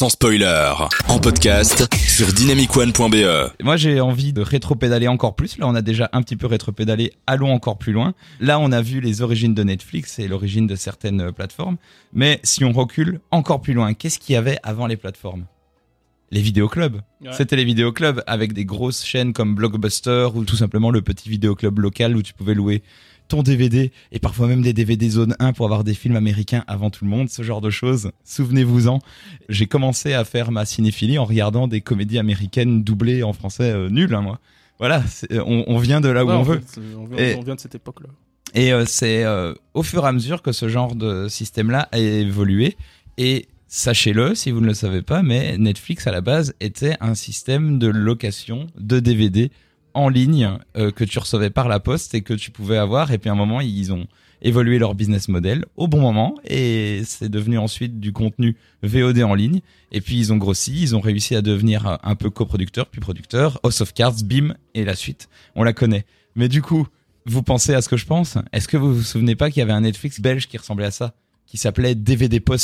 sans spoiler, en podcast sur dynamicone.be. Moi, j'ai envie de rétro-pédaler encore plus. Là, on a déjà un petit peu rétro-pédalé. Allons encore plus loin. Là, on a vu les origines de Netflix et l'origine de certaines plateformes. Mais si on recule encore plus loin, qu'est-ce qu'il y avait avant les plateformes ? Les vidéoclubs. Ouais. C'était les vidéoclubs avec des grosses chaînes comme Blockbuster ou tout simplement le petit vidéoclub local où tu pouvais louer ton DVD et parfois même des DVD zone 1 pour avoir des films américains avant tout le monde, ce genre de choses. Souvenez-vous-en. J'ai commencé à faire ma cinéphilie en regardant des comédies américaines doublées en français nul, hein, moi. Voilà, on vient de là où on veut. On vient de cette époque-là. Et c'est au fur et à mesure que ce genre de système-là a évolué. Et sachez-le, si vous ne le savez pas, mais Netflix à la base était un système de location de DVD en ligne que tu recevais par la poste et que tu pouvais avoir. Et puis à un moment, ils ont évolué leur business model au bon moment et c'est devenu ensuite du contenu VOD en ligne. Et puis ils ont grossi, ils ont réussi à devenir un peu coproducteur, puis producteur. House of Cards, bim, et la suite, on la connaît. Mais du coup, vous pensez à ce que je pense ? Est-ce que vous vous souvenez pas qu'il y avait un Netflix belge qui ressemblait à ça, qui s'appelait dvdpost.be ?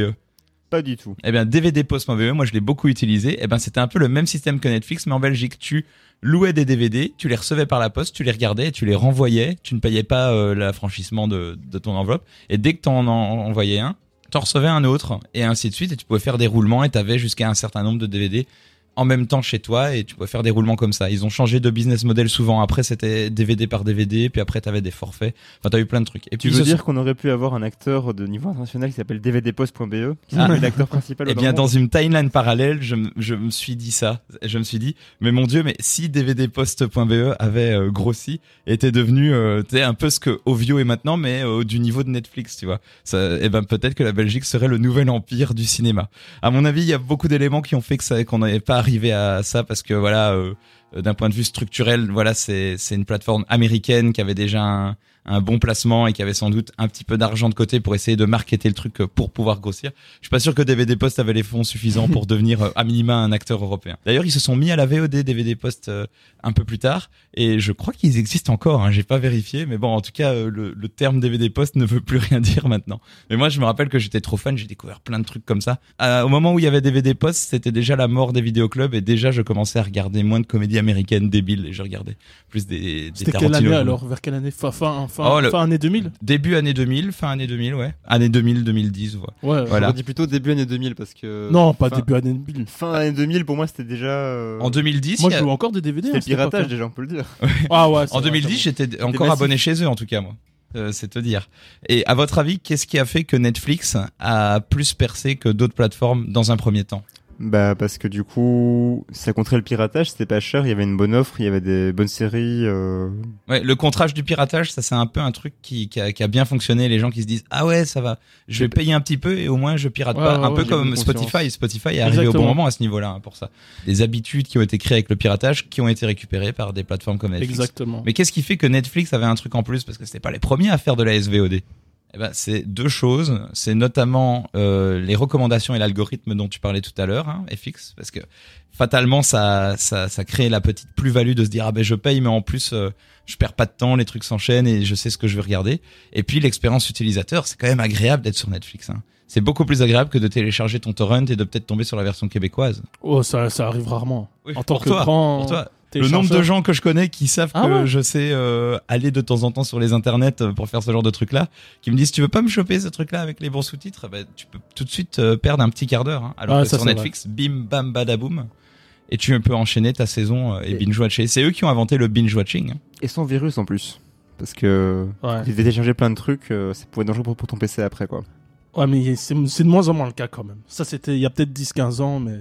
Pas du tout. Eh bien, dvdpost.be, moi je l'ai beaucoup utilisé. Eh ben, c'était un peu le même système que Netflix, mais en Belgique. Tu louais des DVD, tu les recevais par la poste, tu les regardais, tu les renvoyais, tu ne payais pas l'affranchissement de ton enveloppe. Et dès que t'en envoyais un, t'en recevais un autre, et ainsi de suite. Et tu pouvais faire des roulements, et t'avais jusqu'à un certain nombre de DVD en même temps chez toi, et tu pouvais faire des roulements comme ça. Ils ont changé de business model souvent. Après, c'était DVD par DVD, puis après, t'avais des forfaits. Enfin, t'as eu plein de trucs. Et tu puis, veux dire qu'on aurait pu avoir un acteur de niveau international qui s'appelle dvdpost.be, qui est l'acteur principal. Eh bien, dans une timeline parallèle, je me suis dit ça. Je me suis dit, mais mon Dieu, mais si dvdpost.be avait grossi, était devenu, tu sais, un peu ce que Ovio est maintenant, mais du niveau de Netflix, tu vois. Ça, eh ben, peut-être que la Belgique serait le nouvel empire du cinéma. À mon avis, il y a beaucoup d'éléments qui ont fait qu'on n'avait pas arrivé à ça parce que voilà, d'un point de vue structurel, voilà, c'est une plateforme américaine qui avait déjà un bon placement et qui avait sans doute un petit peu d'argent de côté pour essayer de marketer le truc pour pouvoir grossir. Je suis pas sûr que DVD Post avait les fonds suffisants pour devenir à minima un acteur européen. D'ailleurs, ils se sont mis à la VOD DVD Post un peu plus tard et je crois qu'ils existent encore, hein, j'ai pas vérifié, mais bon, en tout cas, le terme DVD Post ne veut plus rien dire maintenant. Mais moi, je me rappelle que j'étais trop fan, j'ai découvert plein de trucs comme ça. Au moment où il y avait DVD Post, c'était déjà la mort des vidéoclubs et déjà je commençais à regarder moins de comédies américaines débiles et je regardais plus des C'était Tarantino. quelle année alors ? Vers quelle année ? Fin année 2000 ? Début année 2000, fin année 2000, ouais. Année 2000, 2010, ouais. Voilà. On dit plutôt début année 2000 parce que... Non, pas début année 2000. Fin année 2000, pour moi, c'était déjà... En 2010... Moi, je joue encore des DVD. C'était le piratage, déjà, on peut le dire. Ah ouais. En 2010, j'étais encore abonné chez eux, en tout cas, moi. C'est te dire. Et à votre avis, qu'est-ce qui a fait que Netflix a plus percé que d'autres plateformes dans un premier temps ? Bah parce que du coup ça contrait le piratage, c'était pas cher, il y avait une bonne offre, il y avait des bonnes séries. Ouais, le contrage du piratage, ça c'est un peu un truc qui a bien fonctionné. Les gens qui se disent ah ouais ça va, je vais payer un petit peu et au moins je pirate pas. Un peu comme Spotify. Spotify est arrivé au bon moment à ce niveau-là hein, pour ça. Des habitudes qui ont été créées avec le piratage, qui ont été récupérées par des plateformes comme Netflix. Exactement. Mais qu'est-ce qui fait que Netflix avait un truc en plus parce que c'était pas les premiers à faire de la SVOD? Eh ben, c'est deux choses. C'est notamment les recommandations et l'algorithme dont tu parlais tout à l'heure, hein, FX, parce que fatalement ça crée la petite plus-value de se dire ah ben je paye mais en plus je perds pas de temps, les trucs s'enchaînent et je sais ce que je veux regarder. Et puis l'expérience utilisateur, c'est quand même agréable d'être sur Netflix. Hein. C'est beaucoup plus agréable que de télécharger ton torrent et de peut-être tomber sur la version québécoise. Oh ça arrive rarement. Oui, en tant pour que toi, grand pour toi. Le nombre de gens que je connais qui savent que je sais aller de temps en temps sur les internets pour faire ce genre de truc-là, qui me disent tu veux pas me choper ce truc-là avec les bons sous-titres, ben, tu peux tout de suite perdre un petit quart d'heure. Hein, alors que sur Netflix, bim, bam, badaboum, et tu peux enchaîner ta saison et binge-watcher. C'est eux qui ont inventé le binge-watching. Et sans virus en plus. Parce que ils téléchargeaient plein de trucs, ça pouvait être dangereux pour ton PC après quoi. Ouais mais c'est de moins en moins le cas quand même. Ça c'était il y a peut-être 10-15 ans mais...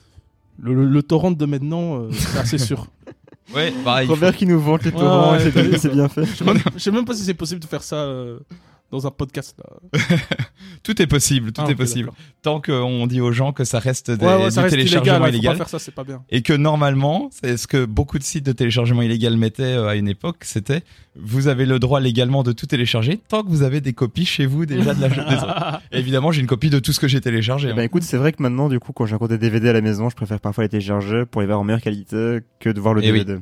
Le torrent de maintenant, c'est assez sûr. Ouais, bah, Robert qui nous vante les torrents, c'est bien fait. Je sais même pas si c'est possible de faire ça dans un podcast là. Tout est possible, tout est possible. D'accord. Tant qu'on dit aux gens que ça reste du ça reste téléchargement illégal. Faut pas faire ça, c'est pas bien. Et que normalement, c'est ce que beaucoup de sites de téléchargement illégal mettaient à une époque, c'était vous avez le droit légalement de tout télécharger tant que vous avez des copies chez vous déjà de la des autres. Et évidemment, j'ai une copie de tout ce que j'ai téléchargé. Ben écoute, c'est vrai que maintenant, du coup, quand j'ai encore des DVD à la maison, je préfère parfois les télécharger pour les voir en meilleure qualité que de voir le DVD. Ouais,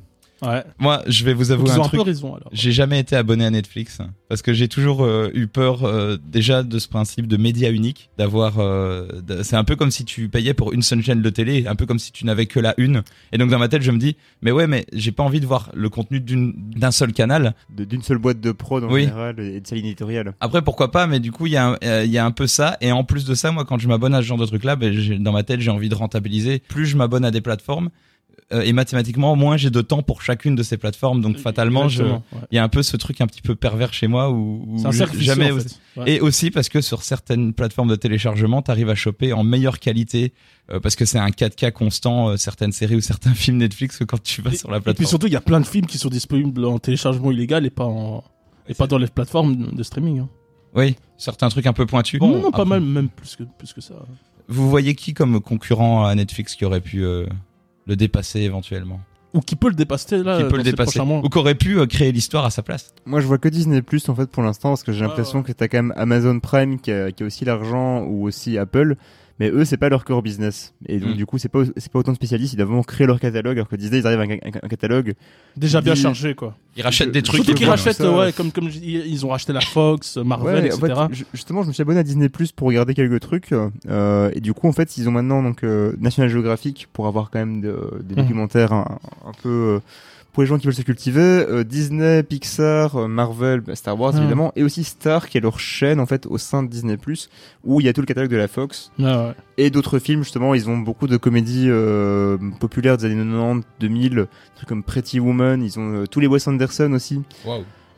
Ouais. Moi, je vais vous avouer Donc, ils un ont truc. un peu raison alors. J'ai jamais été abonné à Netflix parce que j'ai toujours eu peur déjà de ce principe de média unique, d'avoir. C'est un peu comme si tu payais pour une seule chaîne de télé, un peu comme si tu n'avais que la une. Et donc dans ma tête, je me dis, mais j'ai pas envie de voir le contenu d'un seul canal. D'une seule boîte de prod en Oui. général et de sa ligne éditoriale. Après, pourquoi pas, mais du coup, il y a un peu ça. Et en plus de ça, moi, quand je m'abonne à ce genre de truc-là, dans ma tête, j'ai envie de rentabiliser. Plus je m'abonne à des plateformes, et mathématiquement, moins j'ai de temps pour chacune de ces plateformes. Donc, fatalement, Exactement, ouais. il y a un peu ce truc un petit peu pervers chez moi où C'est un cercle vicieux, jamais. en fait. Ouais. Et aussi parce que sur certaines plateformes de téléchargement, t'arrives à choper en meilleure qualité parce que c'est un 4K constant certaines séries ou certains films Netflix que quand tu vas sur la Et puis plateforme. surtout, il y a plein de films qui sont disponibles en téléchargement illégal et pas dans les plateformes de streaming. Hein. Oui, certains trucs un peu pointus. Non, pas Après, mal, même plus que ça. Vous voyez qui comme concurrent à Netflix qui aurait pu le dépasser éventuellement? Ou qui peut le dépasser là Qui peut dans le ces dépasser? prochains mois. Ou qui aurait pu créer l'histoire à sa place? Moi, je vois que Disney Plus en fait pour l'instant parce que j'ai l'impression ouais. que t'as quand même Amazon Prime qui a aussi l'argent ou aussi Apple, mais eux c'est pas leur core business et donc du coup c'est pas autant de spécialistes, ils doivent vraiment créer leur catalogue alors que Disney ils arrivent avec un catalogue Déjà bien Dis- chargé quoi. Ils rachètent des trucs. Surtout et qu'ils voilà. rachètent, ça. ouais, comme ils ont racheté la Fox, Marvel, Ouais, etc. en fait, justement, je me suis abonné à Disney Plus pour regarder quelques trucs. Et du coup, en fait, ils ont maintenant donc National Geographic pour avoir quand même des documentaires un peu pour les gens qui veulent se cultiver. Disney, Pixar, Marvel, Star Wars évidemment, et aussi Star qui est leur chaîne en fait au sein de Disney Plus où il y a tout le catalogue de la Fox Ouais. et d'autres films justement. Ils ont beaucoup de comédies populaires des années 90, 2000, trucs comme Pretty Woman. Ils ont tous les Wes Anderson aussi. Waouh.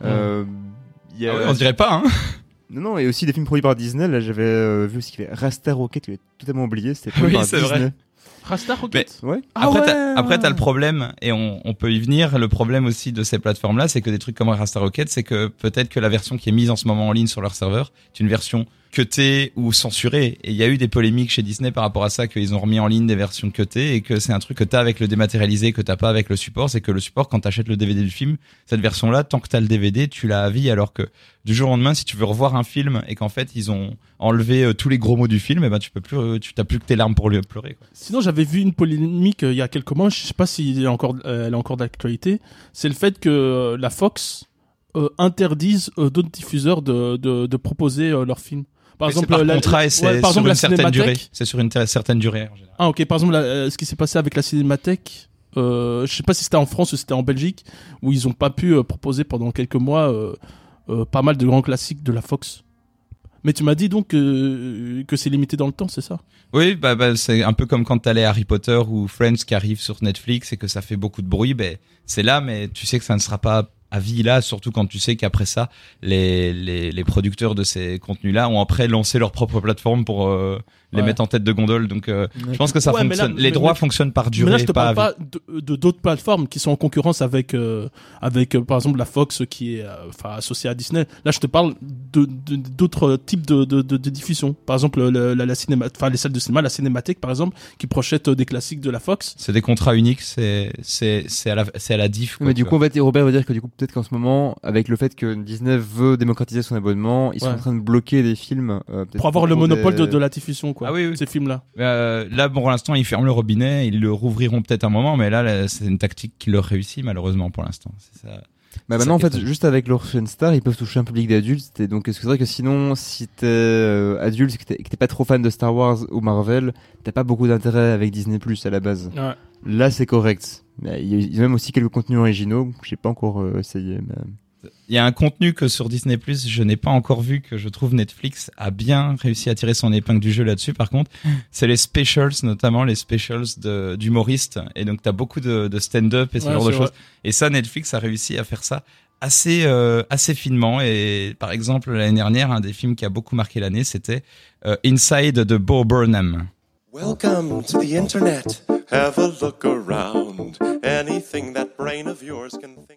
Il y a... Ah ouais, on dirait pas, hein? Non, et aussi des films produits par Disney. Là, j'avais vu aussi qu'il y avait Rasta Rocket, que j'avais totalement oublié. C'était Oui, produit par c'est Disney. vrai. Rasta Rocket. Ouais. Ah Après, ouais, après, t'as le problème, et on peut y venir. Le problème aussi de ces plateformes-là, c'est que des trucs comme Rasta Rocket, c'est que peut-être que la version qui est mise en ce moment en ligne sur leur serveur, est une version cutée ou censurée. Et il y a eu des polémiques chez Disney par rapport à ça, qu'ils ont remis en ligne des versions cutées et que c'est un truc que t'as avec le dématérialisé, que t'as pas avec le support. C'est que le support, quand t'achètes le DVD du film, cette version-là, tant que t'as le DVD, tu l'as à vie, alors que du jour au lendemain, si tu veux revoir un film et qu'en fait, ils ont enlevé tous les gros mots du film, et ben, tu t'as plus que tes larmes pour pleurer, quoi. Sinon, j'avais vu une polémique il y a quelques mois, je sais pas si elle est encore d'actualité. C'est le fait que la Fox interdise d'autres diffuseurs de proposer leurs films. Par exemple, c'est par contrat et c'est par exemple, sur la une certaine durée. Cinémathèque. C'est sur une certaine durée, en général. Ah ok, par exemple, ce qui s'est passé avec la Cinémathèque, je sais pas si c'était en France ou si c'était en Belgique, où ils ont pas pu proposer pendant quelques mois pas mal de grands classiques de la Fox. Mais tu m'as dit donc que c'est limité dans le temps, c'est ça? Oui, bah, c'est un peu comme quand t'allais Harry Potter ou Friends qui arrive sur Netflix et que ça fait beaucoup de bruit, c'est là, mais tu sais que ça ne sera pas à vie là, surtout quand tu sais qu'après ça, les producteurs de ces contenus-là ont après lancé leur propre plateforme pour les mettre en tête de gondole. Donc, je pense que ça fonctionne. Les droits fonctionnent par durée, mais là, je te pas parle à vie. pas de d'autres plateformes qui sont en concurrence avec par exemple la Fox qui est associée à Disney. Là, je te parle d'autres types de diffusion. Par exemple, la cinéma, les salles de cinéma, la Cinémathèque par exemple, qui projette des classiques de la Fox. C'est des contrats uniques, c'est à la diff. Quoi, Mais du coup, en fait, Robert veut dire que du coup, peut-être qu'en ce moment, avec le fait que Disney veut démocratiser son abonnement, ils sont en train de bloquer des films. Pour avoir le monopole de la diffusion, quoi. Ah oui. Ces films-là. Là, bon, pour l'instant, ils ferment le robinet, ils le rouvriront peut-être un moment, mais là, c'est une tactique qui leur réussit, malheureusement, pour l'instant. C'est ça. Bah maintenant, en fait, juste avec leur chaîne Star, ils peuvent toucher un public d'adultes. Et donc, c'est vrai que sinon, si t'es adulte, et que t'es pas trop fan de Star Wars ou Marvel, t'as pas beaucoup d'intérêt avec Disney Plus à la base. Ouais. Là, c'est correct. Mais il y a même aussi quelques contenus originaux. J'ai pas encore essayé. Mais... Il y a un contenu que sur Disney+, je n'ai pas encore vu, que je trouve Netflix a bien réussi à tirer son épingle du jeu là-dessus. Par contre, c'est les specials, notamment les specials d'humoristes. Et donc, t'as beaucoup de stand-up et ce genre de choses. Et ça, Netflix a réussi à faire ça assez finement. Et par exemple, l'année dernière, un des films qui a beaucoup marqué l'année, c'était Inside de Bo Burnham. Welcome to the internet. Have a look around. Anything that brain of yours can think.